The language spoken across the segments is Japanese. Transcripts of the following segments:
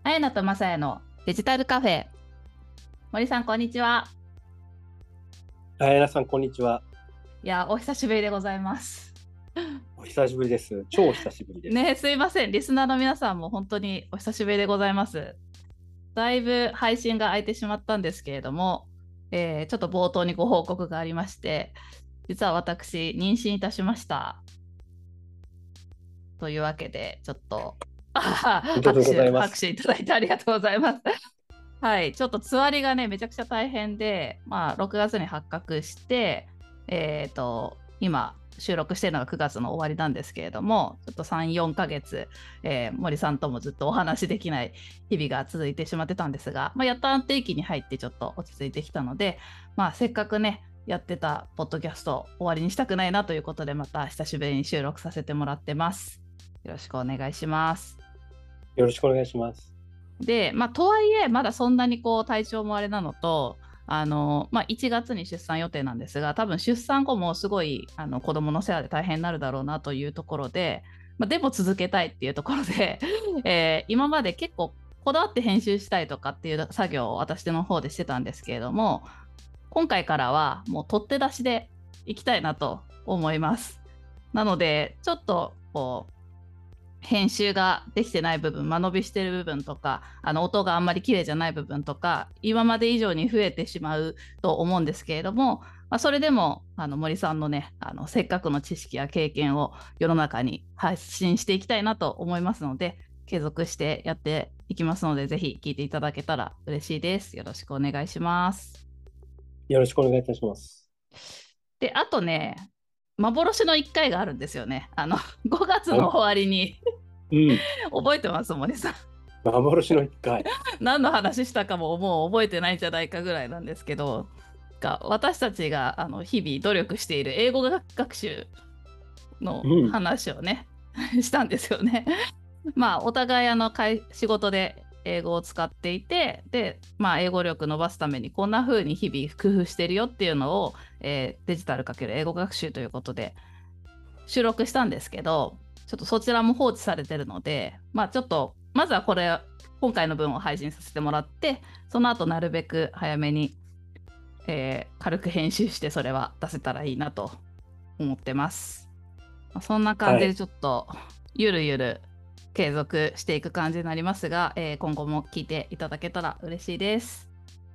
あやなとまさやのデジタルカフェ。森さん、こんにちは。 あやなさん、こんにちは。 いや、お久しぶりでございます。 お久しぶりです。超久しぶりです。 ね、すいません。リスナーの皆さんも本当にお久しぶりでございます。だいぶ配信が空いてしまったんですけれども、ちょっと冒頭にご報告がありまして、実は私、妊娠いたしました。というわけで、ちょっと、 おめでとうございます。 拍手いただいてありがとうございます。はい、ちょっとつわりがね、めちゃくちゃ大変で、6月に発覚して、今、収録しているのが9月の終わりなんですけれども、ちょっと3、4ヶ月、森さんともずっとお話できない日々が続いてしまってたんですが、やっと安定期に入ってちょっと落ち着いてきたので、せっかくね、やってたポッドキャスト終わりにしたくないなということで、また久しぶりに収録させてもらってます。よろしくお願いします。 よろしくお願いします。 で、とはいえまだそんなにこう体調もあれなのと、1月に出産予定なんですが、多分出産後もすごい子供の世話で大変になるだろうなというところで、でも続けたいっていうところで、今まで結構こだわって編集したいとかっていう作業を私の方でしてたんですけれども、今回からはもう取って出しでいきたいなと思います。なのでちょっとこう編集ができてない部分、間延びしてる部分とか、音があんまり綺麗じゃない部分とか、今まで以上に増えてしまうと思うんですけれども、それでも森さんのね、せっかくの知識や経験を世の中に発信していきたいなと思いますので、継続してやっていきますので、ぜひ聞いていただけたら嬉しいです。よろしくお願いします。 よろしくお願いいたします。 で、あとね、幻の1回があるんですよね。5月はい。 の終わりにうん。 覚えてます、森さん。 幻の一回。 何の話したかももう覚えてないんじゃないかぐらいなんですけど、私たちが日々努力している英語学習のうん。 話をねしたんですよね。お互い仕事で英語を使っていて、で、英語力伸ばすためにこんな風に日々工夫してるよっていうのを、デジタル×英語学習ということで収録したんですけど、ちょっとそちらも放置されてるので、ちょっとまずは今回の分を配信させてもらって、その後なるべく早めに、軽く編集してそれは出せたらいいなと思ってます。そんな感はい。 じでちょっとゆるゆる継続していく感じになりますが、今後も聞いていただけたら嬉しいです。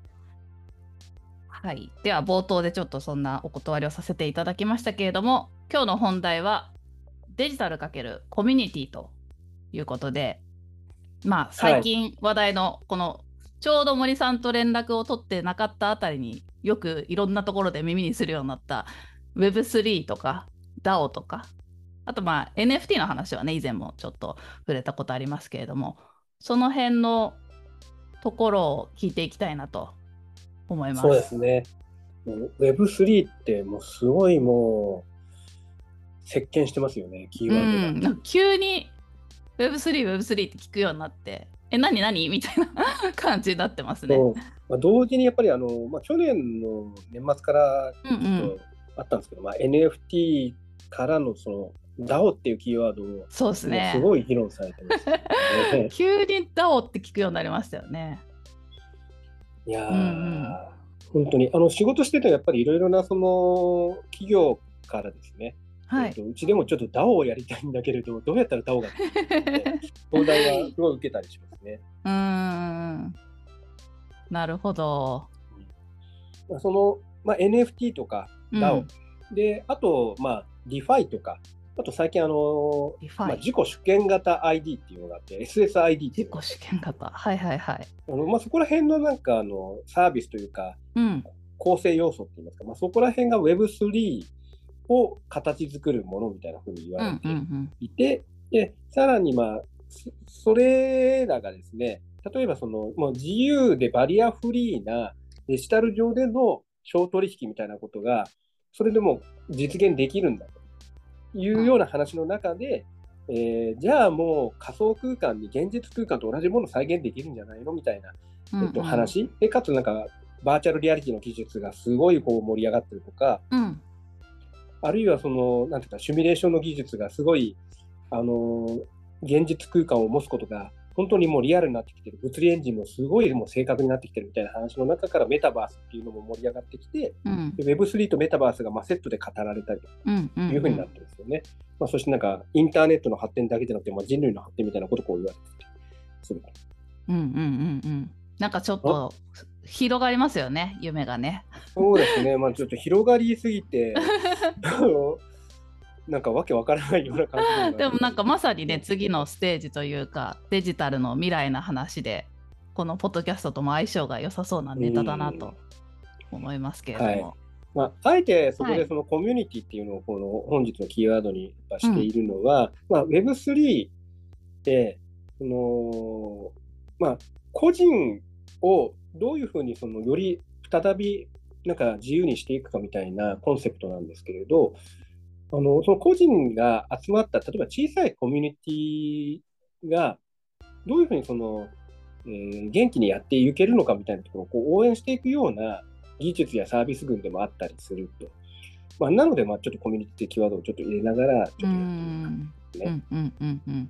はい、では冒頭でちょっとそんなお断りをさせていただきましたけれども、今日の本題はデジタル×コミュニティということで、最はい。 近話題のこのちょうど森さんと連絡を取ってなかったあたりによくいろんなところで耳にするようになった Web3 とか DAO とか、あとNFT の話はね、以前もちょっと触れたことありますけれども、その辺のところを聞いていきたいなと思いまそうです。 すね。Web3 ってもうすごいもう席巻してますよね、キーうワードが。 ん、なんか急に Web3、Web3 って聞くようになって、何みたいな感じになってますね。 そう。同時にやっぱり去年の年末からうんうん。 ちょっとあったんですけど、NFT からのその DAO っていうキーワードをそうですもうすね。 ごい議論されてますよね。 急に DAO って聞くようになりましたよね。 いやうんうん。 ー、本当に、仕事しててやっぱりいろいろなその企業からですね、 はい。 うちでもちょっと DAO をやりたいんだけれど、どうやったら DAO ができるのみたいな相談はすごい受けたりしますね。 うーん。なるほど。 NFT とかう DAO ん。 で、あと、DeFi とか、あと最近ディファイ。 自己主権型 ID っていうのがあって、SSID っていうのがあって、 自己主権型。はいはいはい。 そこら辺のなんかサービスというか、 うん。 構成要素っていいますか、そこら辺が Web3 を形作るものみたいなふうに言わうんうんうれてん。 いて、で、さらにそれらがですね、例えばもう自由でバリアフリーなデジタル上での商取引みたいなことが、それでも実現できるんだというような話の中で、じゃあもう仮想空間に現実空間と同じものを再現できるんじゃないのみたいな、 うんうん話で、かつなんかバーチャルリアリティの技術がすごいこう盛り上がってるとか、 うん。 あるいはなんていうか、シミュレーションの技術がすごい、現実空間を持つことが本当にもうリアルになってきてる、物理エンジンもすごいもう正確になってきてるみたいな話の中からメタバースっていうのも盛り上がってきて、で Web3 とメタバースがセットで語られたりというふうになってるんですよね。そしてなんかインターネットの発展だけじゃなくて、人類の発展みたいなことをこう言われてする。 なんかちょっと広がりますよね、夢がね。 そうですね、ちょっと広がりすぎてなんかわけわからないような感じでもなんかまさにね、次のステージというかデジタルの未来の話で、このポッドキャストとも相性が良さそうなネタだなと思いますけれども、 あえてそこでそのコミュニティっていうのをこの本日のキーワードにしているのは、Web3 でその、個人をどういうふうにより再びなんか自由にしていくかみたいなコンセプトなんですけれど、その個人が集まった例えば小さいコミュニティがどういうふうに元気にやっていけるのかみたいなところをこう応援していくような技術やサービス群でもあったりすると。なのでちょっとコミュニティキーワードをちょっと入れながらちょっとやってみますね。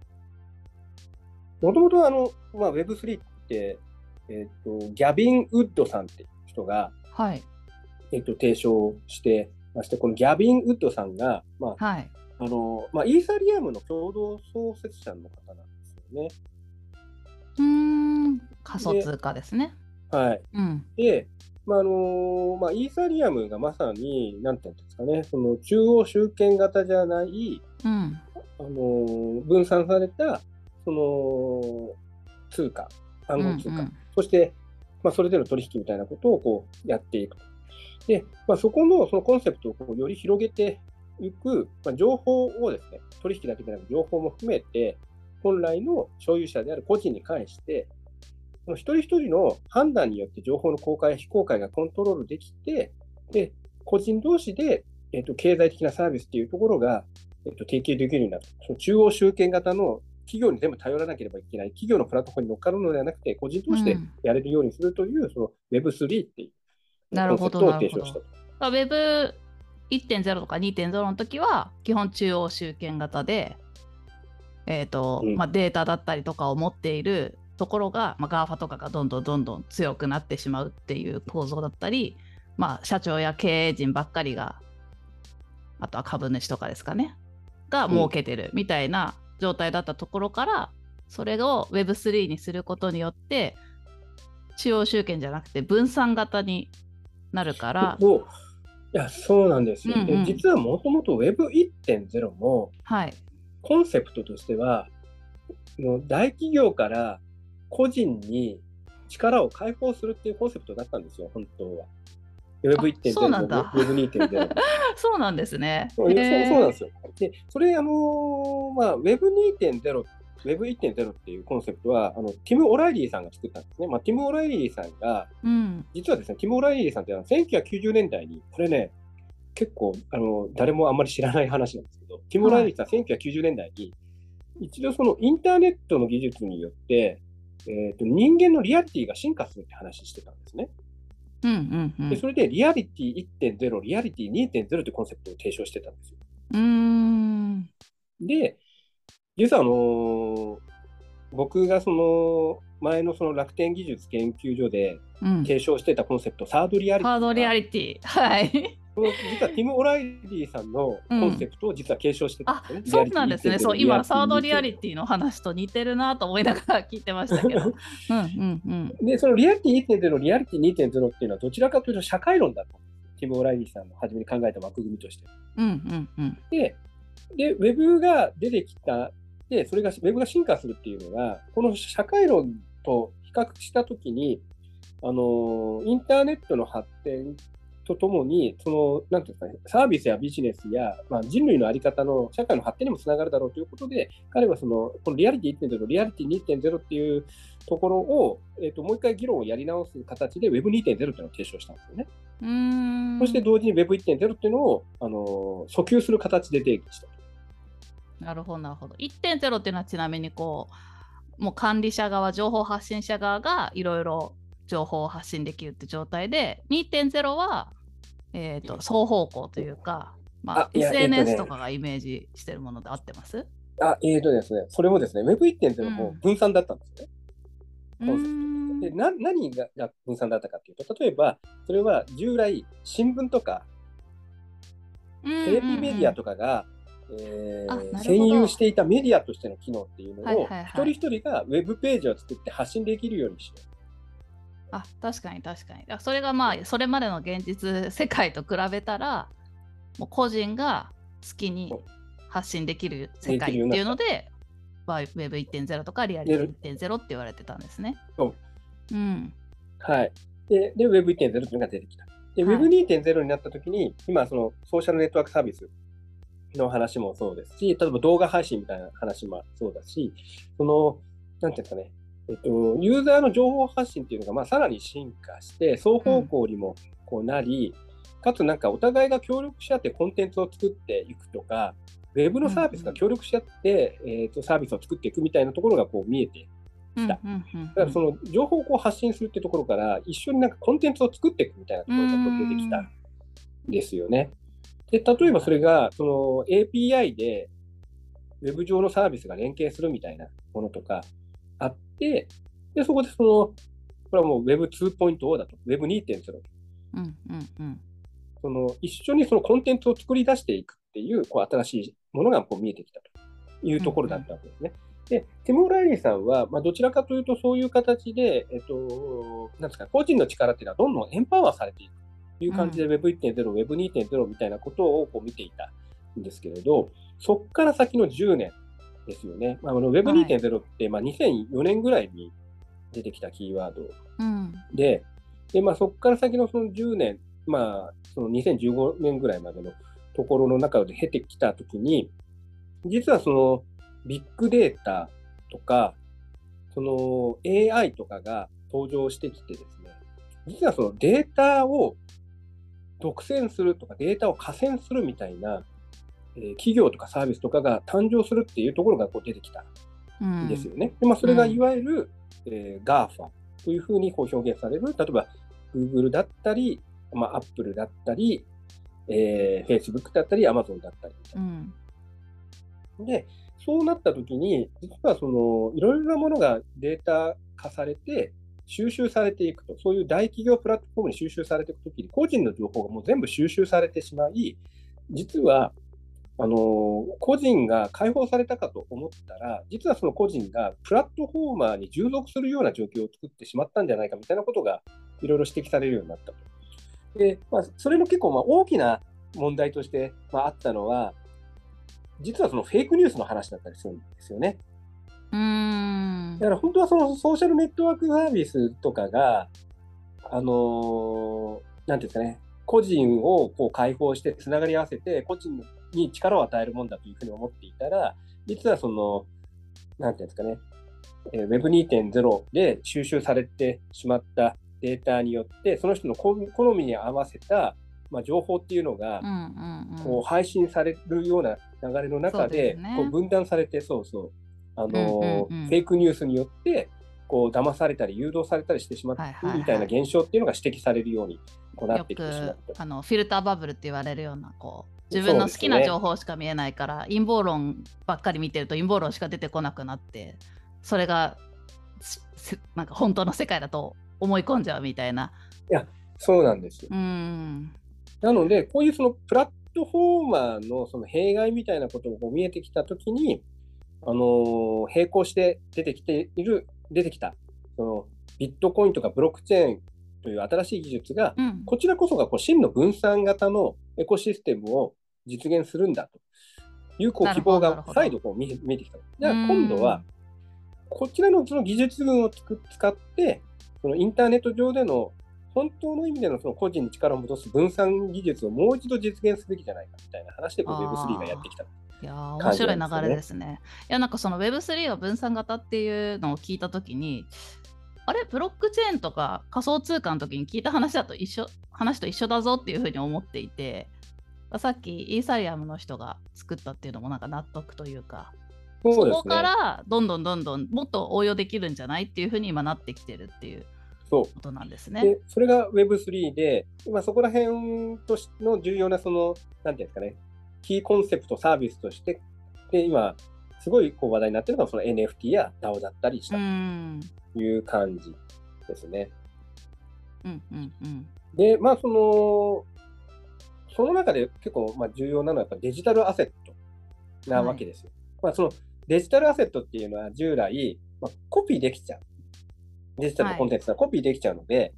もともとWeb3 って、ギャビン・ウッドさんっていう人が、提唱してまして、このギャビン・ウッドさんが、イーサリアムの共同創設者の方なんですよね。 仮想通貨ですね。 で、イーサリアムがまさに、なんていうんですかね、その中央集権型じゃない、分散されたその通貨、暗号通貨、そして、それでの取引みたいなことをこうやっていく。で、そのコンセプトをこうより広げていく、情報をですね、取引だけでなく情報も含めて、本来の所有者である個人に関して、一人一人の判断によって情報の公開や非公開がコントロールできて、で個人同士で、経済的なサービスというところが、提供できるようになる。その中央集権型の企業に全部頼らなければいけない、企業のプラットフォームに乗っかるのではなくて、個人同士でやれるようにするという、その Web3 っていうコンセプトを提唱したと。 Web1.0 とか 2.0 の時は、基本中央集権型で、データだったりとかを持っているところが、GAFA とかがどんどん強くなってしまうっていう構造だったり、社長や経営陣ばっかりが、あとは株主とかですかね、が儲けてるみたいな状態だったところから、それを Web3 にすることによって中央集権じゃなくて分散型になるから。 いや、そうなんですよ。で実はもともと Web1.0 もコンセプトとしては、大企業から個人に力を解放するっていうコンセプトだったんですよ、本当は。Web1.0 そうなんだ。 Web2.0 そうなんですね。 そうなんですよ。で、それWeb2.0、Web1.0 っていうコンセプトはティム・オライリーさんが作ったんですね。ティム・オライリーさんが、実はですね、ティム・オライリーさんって1990年代に、これね、結構誰もあんまり知らない話なんですけど、ティム・オライリーさん、1990年代に、一度そのインターネットの技術によって、人間のリアリティが進化するって話してたんですね。でそれでリアリティ 1.0、リアリティ 2.0 というコンセプトを提唱してたんですよ。で、実は僕がその前のその楽天技術研究所で提唱してたコンセプト、サードリアリティ。 サードリアリティ。はい。 実はティム・オライリーさんのコンセプトを実は継承してたんですね。 そうなんですね。そう、今サードリアリティの話と似てるなと思いながら聞いてましたけど。 で、そのリアリティ 1.0、リアリティ 2.0 っていうのはどちらかというと社会論だったんです。ティム・オライリーさんの初めに考えた枠組みとして。で、ウェブが出てきた、で、それがウェブが進化するっていうのが、この社会論と比較したときに、インターネットの発展とともに、なんていうんですかね、サービスやビジネスや、人類の在り方の社会の発展にもつながるだろうということで、彼はこのリアリティ 1.0、リアリティ 2.0 っていうところを、もう一回議論をやり直す形で Web2.0 というのを提唱したんですよね。そして同時に Web1.0 っていうのを訴求する形で定義した。 なるほど、なるほど。1.0 っていうのはちなみにもう管理者側、情報発信者側がいろいろ情報を発信できるって状態で、2.0 は、双方向というか、SNS とかがイメージしてるもので合ってます？ ですね、それもですね、Web1.0 も分散だったんですよね、コンセプト。で、何が分散だったかというと、例えば、それは従来、新聞とかテレビメディアとかが、占有していたメディアとしての機能っていうのを、一人一人がウェブページを作って発信できるようにしよう。 確かに確かに。それがまあそれまでの現実世界と比べたら、もう個人が好きに発信できる世界っていうので、Web1.0 とかリアリティ 1.0 って言われてたんですね。 はい。で Web1.0 っていうのが出てきた。で、Web2.0 になったときに、今、そのソーシャルネットワークサービスの話もそうですし、例えば動画配信みたいな話もそうだし、なんていうんですかね、ユーザーの情報発信っていうのが、まあ、さらに進化して、双方向にもこうなり、かつなんかお互いが協力し合ってコンテンツを作っていくとか、ウェブのサービスが協力し合って、サービスを作っていくみたいなところがこう見えてきた。だからその情報をこう発信するっていうところから、一緒になんかコンテンツを作っていくみたいなところがこう出てきたんですよね。で、例えばそれがその API でウェブ上のサービスが連携するみたいなものとかあって、でそこでこれはもう Web2.0 だと、Web2.0 と。一緒にそのコンテンツを作り出していくっていう、こう新しいものがこう見えてきたというところだったわけですね。で、ティム・オライリーさんは、どちらかというとそういう形で、なんですか、個人の力っていうのはどんどんエンパワーされていくという感じで Web1.0、Web2.0 みたいなことをこう見ていたんですけれど、そこから先の10年ですよね。Web2.0 って2004年ぐらいに出てきたキーワードで、そこから先のその10年、その2015年ぐらいまでのところの中で経てきたときに、実はそのビッグデータとか、その AI とかが登場してきてですね、実はそのデータを独占するとか、データを寡占するみたいな、企業とかサービスとかが誕生するっていうところがこう出てきたんですよね。でそれがいわゆる、GAFA というふうにこう表現される、例えば Google だったり、Apple だったり、Facebook だったり、Amazon だったりみたいな。で、そうなったときに、実はいろいろなものがデータ化されて、収集されていくと、そういう大企業プラットフォームに収集されていくときに、個人の情報がもう全部収集されてしまい、実は、個人が解放されたかと思ったら、実はその個人がプラットフォーマーに従属するような状況を作ってしまったんじゃないかみたいなことがいろいろ指摘されるようになったと。で、それの結構大きな問題として、あったのは、実はそのフェイクニュースの話だったりするんですよね。だから本当はそのソーシャルネットワークサービスとかが、なんていうんですかね、個人をこう解放してつながり合わせて、個人に力を与えるもんだというふうに思っていたら、実はその、なんていうんですかね、Web2.0 で収集されてしまったデータによって、その人の好みに合わせた、情報っていうのが、こう配信されるような流れの中で、こう分断されて、フェイクニュースによって、こう騙されたり誘導されたりしてしまうみたいな現象っていうのが指摘されるようになってきてしまった。 フィルターバブルって言われるような自分の好きな情報しか見えないから、陰謀論ばっかり見てると陰謀論しか出てこなくなって、それがなんか本当の世界だと思い込んじゃうみたいな。 いや、そうなんですよ。なので、こういうそのプラットフォーマーのその弊害みたいなことが見えてきたときに、並行して出てきたそのビットコインとかブロックチェーンという新しい技術が、こちらこそが真の分散型のエコシステムを実現するんだという希望が再度見えてきた。じゃあ今度はこちらのその技術群を使ってそのインターネット上での本当の意味でのその個人に力を戻す分散技術をもう一度実現すべきじゃないかみたいな話でWeb3 がやってきた。 いや面白い流れですね。いやなんかその Web3 が分散型っていうのを聞いたときに、あれブロックチェーンとか仮想通貨の時に聞いた話と一緒だぞっていうふうに思っていて、さっきイーサリアムの人が作ったっていうのもなんか納得というか、そこからどんどんもっと応用できるんじゃないっていうふうに今なってきてるっていうことなんですね。 でそれが Web3 で、今そこら辺としの重要なそのなんていうんですかね、キーコンセプトサービスとしてで今すごいこう話題になっているのがその NFT や DAO だったりしたという感じですね。で、まあその中で結構重要なのはやっぱデジタルアセットなわけですよ。そのデジタルアセットっていうのは従来、コピーできちゃう。デジタルのコンテンツがコピーできちゃうので、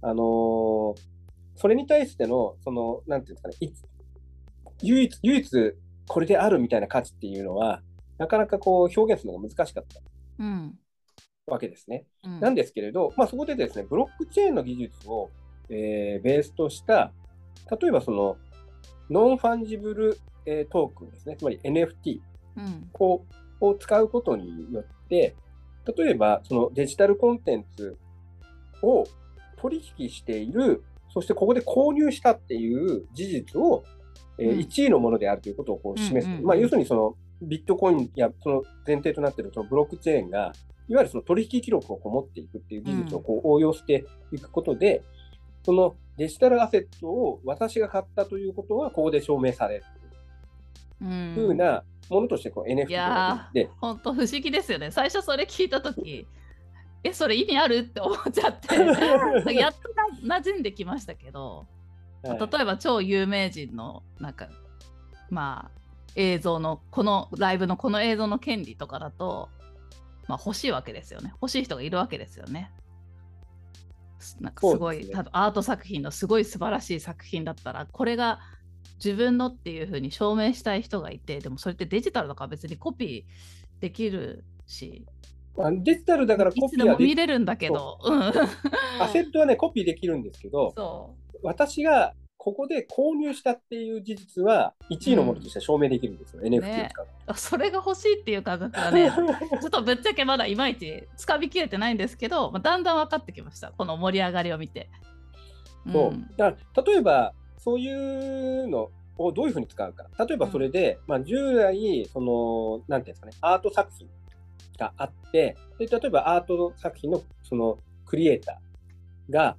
それに対しての、なんていうんですかね、唯一これであるみたいな価値っていうのは、なかなかこう表現するのが難しかったわけですね。なんですけれど、そこでですね、ブロックチェーンの技術を、ベースとした、例えばそのノンファンジブル、トークンですね、つまり NFT を使うことによって、例えばそのデジタルコンテンツを取引している、そしてここで購入したっていう事実を、1位のものであるということをこう示す。要するにそのビットコインやその前提となっているそのブロックチェーンが、いわゆるその取引記録をこう持っていくっていう技術をこう応用していくことで、そのデジタルアセットを私が買ったということはここで証明されるというふうなものとしてこう NFT となっていて、 本当不思議ですよね。最初それ聞いたとき、それ意味あるって思っちゃってやっと馴染んできましたけど、例えば超有名人のなんか映像のこのライブのこの映像の権利とかだと、欲しいわけですよね。欲しい人がいるわけですよね。なんかすごい、多分アート作品のすごい素晴らしい作品だったら、これが自分のっていう風に証明したい人がいて、でもそれってデジタルだから別にコピーできるし、 デジタルだからコピーは見れるんだけど、 アセットはねコピーできるんですけど、私がここで購入したっていう事実は1位のものとして証明できるんですよ、NFT を使う。 それが欲しいっていう感覚がね、ちょっとぶっちゃけまだいまいちつかみきれてないんですけど、だんだん分かってきました、この盛り上がりを見て。 だから例えばそういうのをどういうふうに使うか。例えばそれで、従来そのなんていうんですかね、アート作品があって、で例えばアート作品のそのクリエイターが、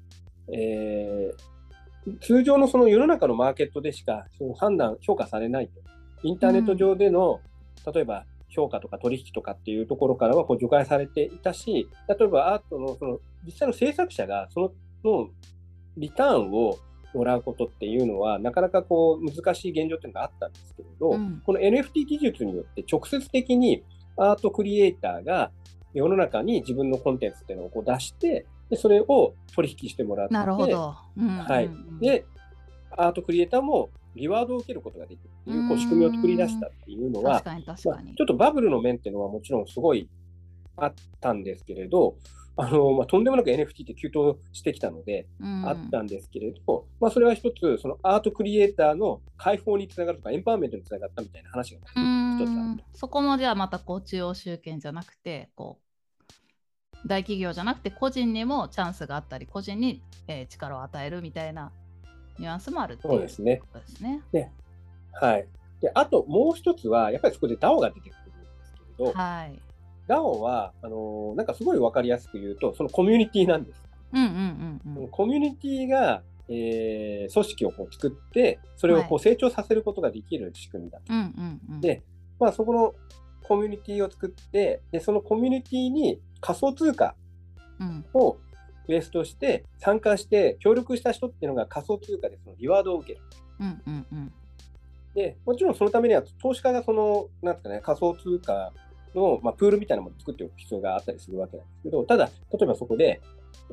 通常のその世の中のマーケットでしかその評価されないと。インターネット上での、例えば評価とか取引とかっていうところからはこう除外されていたし、例えばアートのその実際の制作者がそのリターンをもらうことっていうのはなかなかこう難しい現状っていうのがあったんですけれど、この NFT 技術によって直接的にアートクリエイターが世の中に自分のコンテンツっていうのをこう出して、でそれを取引してもらって、 なるほど、 でアートクリエイターもリワードを受けることができるっていう、こう仕組みを作り出したっていうのは、ちょっとバブルの面っていうのはもちろんすごいあったんですけれど、とんでもなく NFT って急騰してきたので、あったんですけれど、それは一つそのアートクリエイターの解放につながるとかエンパワーメントにつながったみたいな話が一つある。 そこもじゃあまたこう中央集権じゃなくてこう大企業じゃなくて個人にもチャンスがあったり、個人に、力を与えるみたいなニュアンスもあるっていうことですね。 はい。で、あともう一つはやっぱりそこで DAO が出てくるんですけれど、DAO はなんかすごい分かりやすく言うとそのコミュニティなんです。コミュニティが、組織をこう作ってそれをこう成長させることができる仕組みだと。で、そこのコミュニティを作って、でそのコミュニティに仮想通貨をベースとして参加して協力した人っていうのが仮想通貨でそのリワードを受ける。でもちろんそのためには投資家がそのなんですかね、仮想通貨の、プールみたいなものを作っておく必要があったりするわけなんですけど、ただ例えばそこで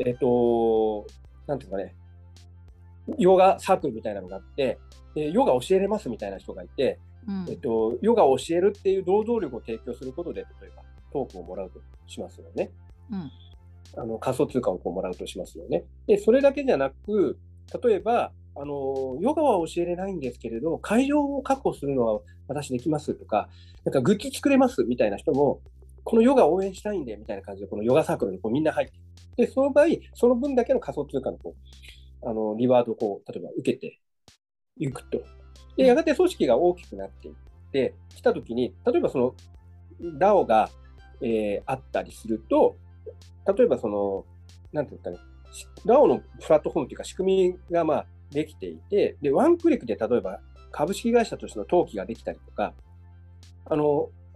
なんていうかね、ヨガサークルみたいなのがあって、ヨガ教えれますみたいな人がいて、ヨガを教えるっていう労働力を提供することで、例えばトークンをもらうとしますよね。仮想通貨をこうもらうとしますよね。で、それだけじゃなく、例えば、ヨガは教えれないんですけれど、会場を確保するのは私できますとか、なんかグッズ作れますみたいな人も、このヨガを応援したいんでみたいな感じで、このヨガサークルにこうみんな入っている。で、その場合、その分だけの仮想通貨のこうリワードをこう例えば受けていくと。で、やがて組織が大きくなっていってきたときに、例えばその DAO が、あったりすると、例えばその、なんていうんですかね、DAO のプラットフォームというか仕組みができていて、で、ワンクリックで例えば株式会社としての登記ができたりとか、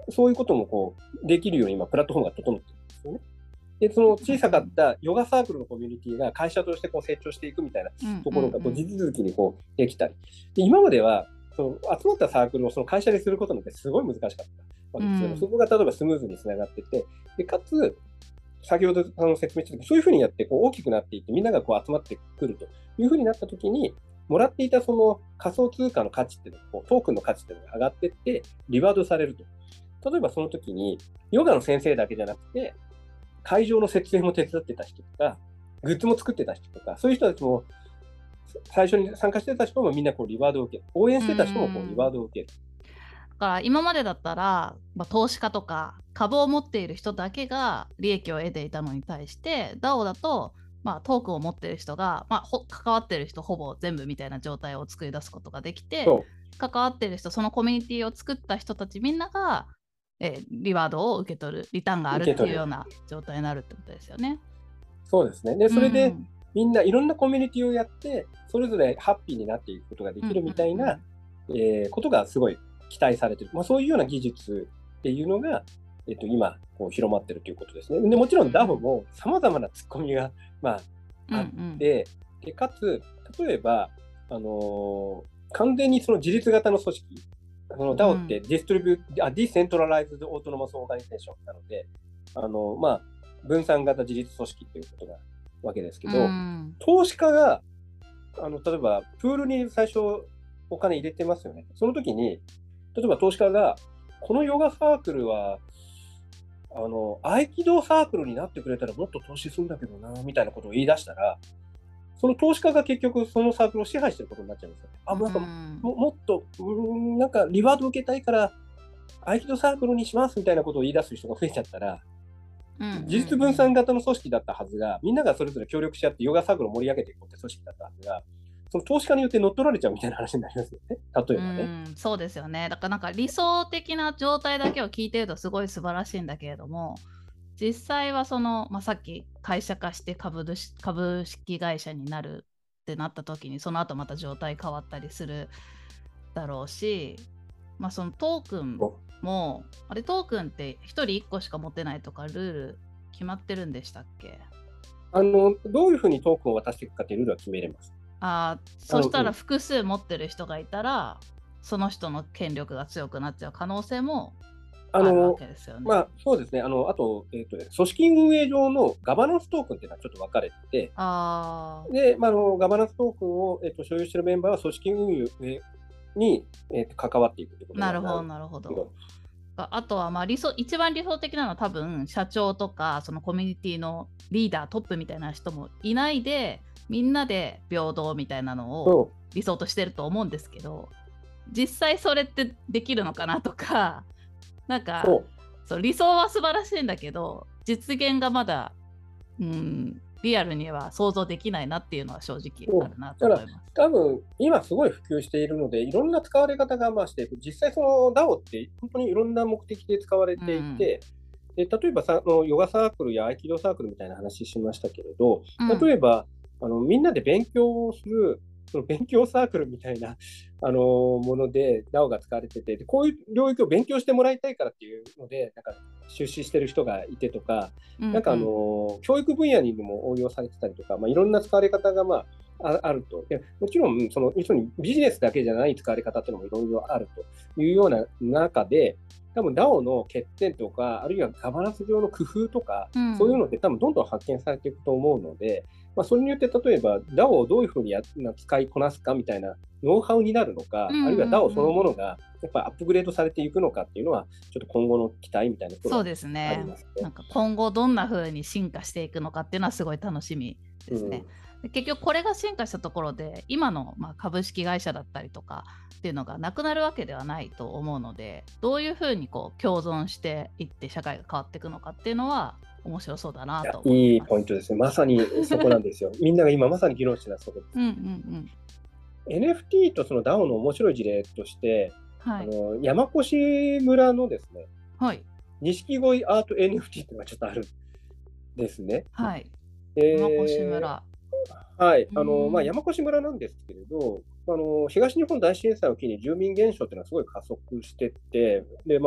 そういうこともこうできるように今、プラットフォームが整ってるんですよね。で、その小さかったヨガサークルのコミュニティが会社としてこう成長していくみたいなところがこう地続きにこうできたり、で今まではその集まったサークルをその会社にすることなんてすごい難しかったわけですけど、そこが例えばスムーズにつながってて、でかつ、先ほど説明した時、そういうふうにやってこう大きくなっていって、みんながこう集まってくるというふうになったときに、もらっていたその仮想通貨の価値っていうのが、トークンの価値っていうのが上がっていって、リワードされると。例えばその時に、ヨガの先生だけじゃなくて、会場の設営も手伝ってた人とか、グッズも作ってた人とか、そういう人たちも、最初に参加してた人もみんなこうリワードを受ける。応援してた人もこうリワードを受ける。 だから今までだったら、投資家とか株を持っている人だけが利益を得ていたのに対して DAO だと、トークンを持っている人が、関わっている人ほぼ全部みたいな状態を作り出すことができて、関わっている人、そのコミュニティを作った人たちみんなが、リワードを受け取る、リターンがあるっていうような状態になるってことですよね。 そうですね。でそれで、みんないろんなコミュニティをやってそれぞれハッピーになっていくことができるみたいな、ことがすごい期待されている、そういうような技術っていうのが、今こう広まっているということですね。でもちろん DAO もさまざまなツッコミが、あって、でかつ例えば、完全にその自立型の組織、その DAO ってディセントラライズドオートノマスオーガニゼーションなので、分散型自立組織っていうことがわけですけど、投資家が例えばプールに最初お金入れてますよね。その時に例えば投資家がこのヨガサークルは合気道サークルになってくれたらもっと投資するんだけどなみたいなことを言い出したら、その投資家が結局そのサークルを支配してることになっちゃうんですよね。なんかもっとなんかリワード受けたいから合気道サークルにしますみたいなことを言い出す人が増えちゃったら、自立分散型の組織だったはずが、みんながそれぞれ協力し合ってヨガサークルを盛り上げていこうって組織だったはずが、その投資家によって乗っ取られちゃうみたいな話になりますよね。例えばね。 そうですよね。だからなんか理想的な状態だけを聞いてるとすごい素晴らしいんだけれども、実際はその、さっき会社化して株式会社になるってなった時に、その後また状態変わったりするだろうし、そのトークンもあれ、トークンって1人1個しか持てないとかルール決まってるんでしたっけ？ どういうふうにトークンを渡していくかっていうルールは決めれます。 そしたら複数持ってる人がいたら、その人の権力が強くなっちゃう可能性もあるわけですよね。 そうですね。あと、組織運営上のガバナンストークンっていうのはちょっと分かれてて、で、ガバナンストークンを、所有しているメンバーは組織運営に、関わっていくということになる。 なるほど。あとは一番理想的なのは多分社長とかそのコミュニティのリーダートップみたいな人もいないで、みんなで平等みたいなのを理想としてると思うんですけど、実際それってできるのかなとか、なんかそう理想は素晴らしいんだけど実現がまだリアルには想像できないなっていうのは正直あるなと思います。 多分今すごい普及しているのでいろんな使われ方がしていく。実際その DAO って本当にいろんな目的で使われていて、で例えばヨガサークルや合気道サークルみたいな話しましたけれど、例えばみんなで勉強をするその勉強サークルみたいなもので DAO が使われてて、こういう領域を勉強してもらいたいからっていうのでなんか出資してる人がいてとか、なんか教育分野にも応用されてたりとか、いろんな使われ方があると。でもちろん要するにビジネスだけじゃない使われ方っていうのもいろいろあるというような中で、多分 DAO の欠点とかあるいはガバナンス上の工夫とか、そういうのって多分どんどん発見されていくと思うので、それによって例えば DAO をどういうふうに使いこなすかみたいなノウハウになるのか、あるいは DAO そのものがやっぱりアップグレードされていくのかっていうのはちょっと今後の期待みたいなところがありますね。 そうですね。なんか今後どんな風に進化していくのかっていうのはすごい楽しみですね。結局これが進化したところで今の株式会社だったりとかっていうのがなくなるわけではないと思うので、どういうふうに共存していって社会が変わっていくのかっていうのは面白そうだなと思います。 いいポイントですね。まさにそこなんですよ。みんなが今まさに議論してたそこです。NFT とその DAO の面白い事例として、山越村のですね、錦鯉アート NFT っていうのがちょっとあるんですね。 山越村。 山越村なんですけれど、東日本大震災を機に住民減少というのはすごい加速していって、で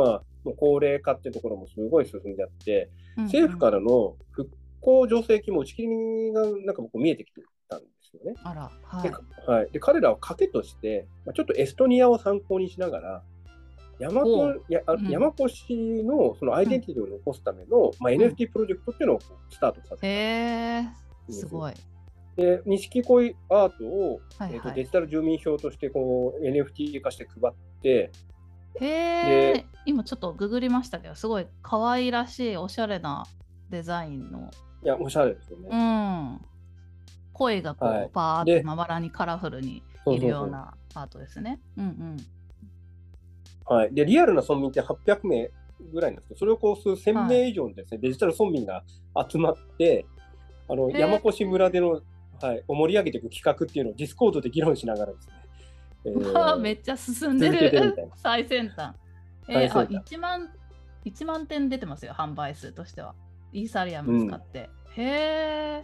もう高齢化っていうところもすごい進んじゃって、 うんうん、 政府からの復興助成金も打ち切りがなんか僕見えてきてたんですよね。 あら、はで、 い。 はい、で彼らは賭けとして、ちょっとエストニアを参考にしながら、 ほう。うん、 山古市のそのアイうん。 デンティティを残すための、 うん。 NFT プロジェクトっていうのをスタートさせへたんえ、 ですよ。 すごい。 で、錦鯉アートを、 はいはい。 デジタル住民票としてこう NFT 化して配って、 へで、 え、今ちょっとググりましたけど、すごい可愛らしいおしゃれなデザインの、 いや、おしゃれですようね。 ん、声がはい。 こうバーってで、 まばらにカラフルにいるそうそうそう。 ようなアートですね。うんうん。 はい。で、リアルな村民って800名ぐらいなんですけど、それをこう数1000 は名以上のですね、デジタル村民が集まって、 い。へ山え、 越村での、はい、を盛り上げていく企画っていうのをディスコードで議論しながらですね、 わあ、めっちゃ進んで続けてるみる。 たいな。 最先端。あ、 最先端。 1万点出てますよ、販売数としては。イーサリアム使うん。 って。へえ、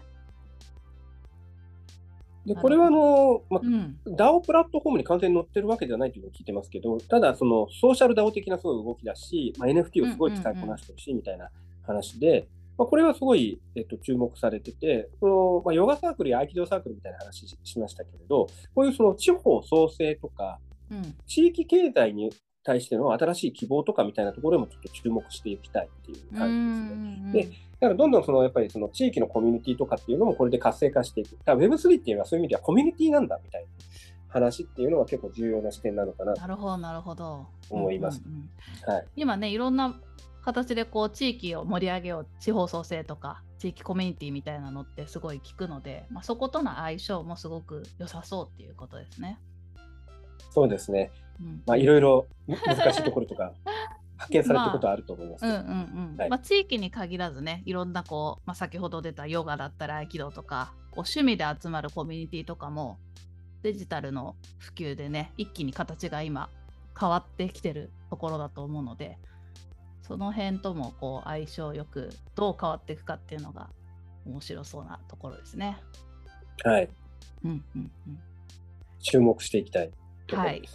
で、これはなるほど。うん。 DAO プラットフォームに完全に載ってるわけではないというのを聞いてますけど、ただ、そのソーシャル DAO 的なすごい動きだし、NFT うんをすごい使いこなしてるし、みたいな話で、これはすごい、注目されてて、ヨガサークルや合気道サークルみたいな話しましたけれど、こういうその地方創生とか、 うん。 地域経済に対しての新しい希望とかみたいなところもちょっと注目していきたいっていううん。 感じですね。で、 うんだからどんどんやっぱりその地域のコミュニティとかっていうのもこれで活性化していく。だから Web3 っていうのはそういう意味ではコミュニティなんだみたいな話っていうのは結構重要な視点なのかなとなるほど、なるほど。うんうんう思います。 ん。 はい。 今ね、いろんな形でこう地域を盛り上げよう、地方創生とか地域コミュニティみたいなのってすごい聞くので、そことの相性もすごく良さそうっていうことですね。 そうですね。 うんいろいろ難しいところとか発見されていることまはあると思いますうんうけど。 んうん。 はい。 地域に限らずね、いろんなこう、先ほど出たヨガだったり合気道とか、こう趣味で集まるコミュニティとかもデジタルの普及でね、一気に形が今変わってきてるところだと思うので、その辺ともこう相性よくどう変わっていくかっていうのが面白そうなところですね。 はい。 うんうんうん。 注目していきたいとこはい。 ろです。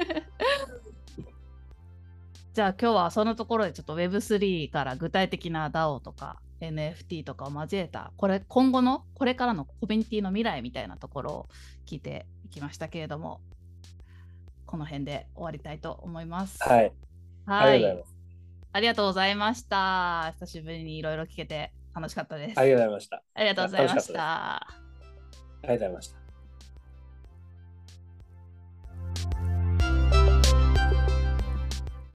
じゃあ今日はそのところでちょっと Web3 から具体的な DAO とか NFT とかを交えた今後のこれからのコミュニティの未来みたいなところを聞いていきましたけれども、この辺で終わりたいと思います。 はい。ありはい。 がとうございます。 ありがとうございました。久しぶりにいろいろ聞けて楽しかったです。 ありがとうございました。 ありがとうございまし楽しかったです。 た。 ありがとうございました。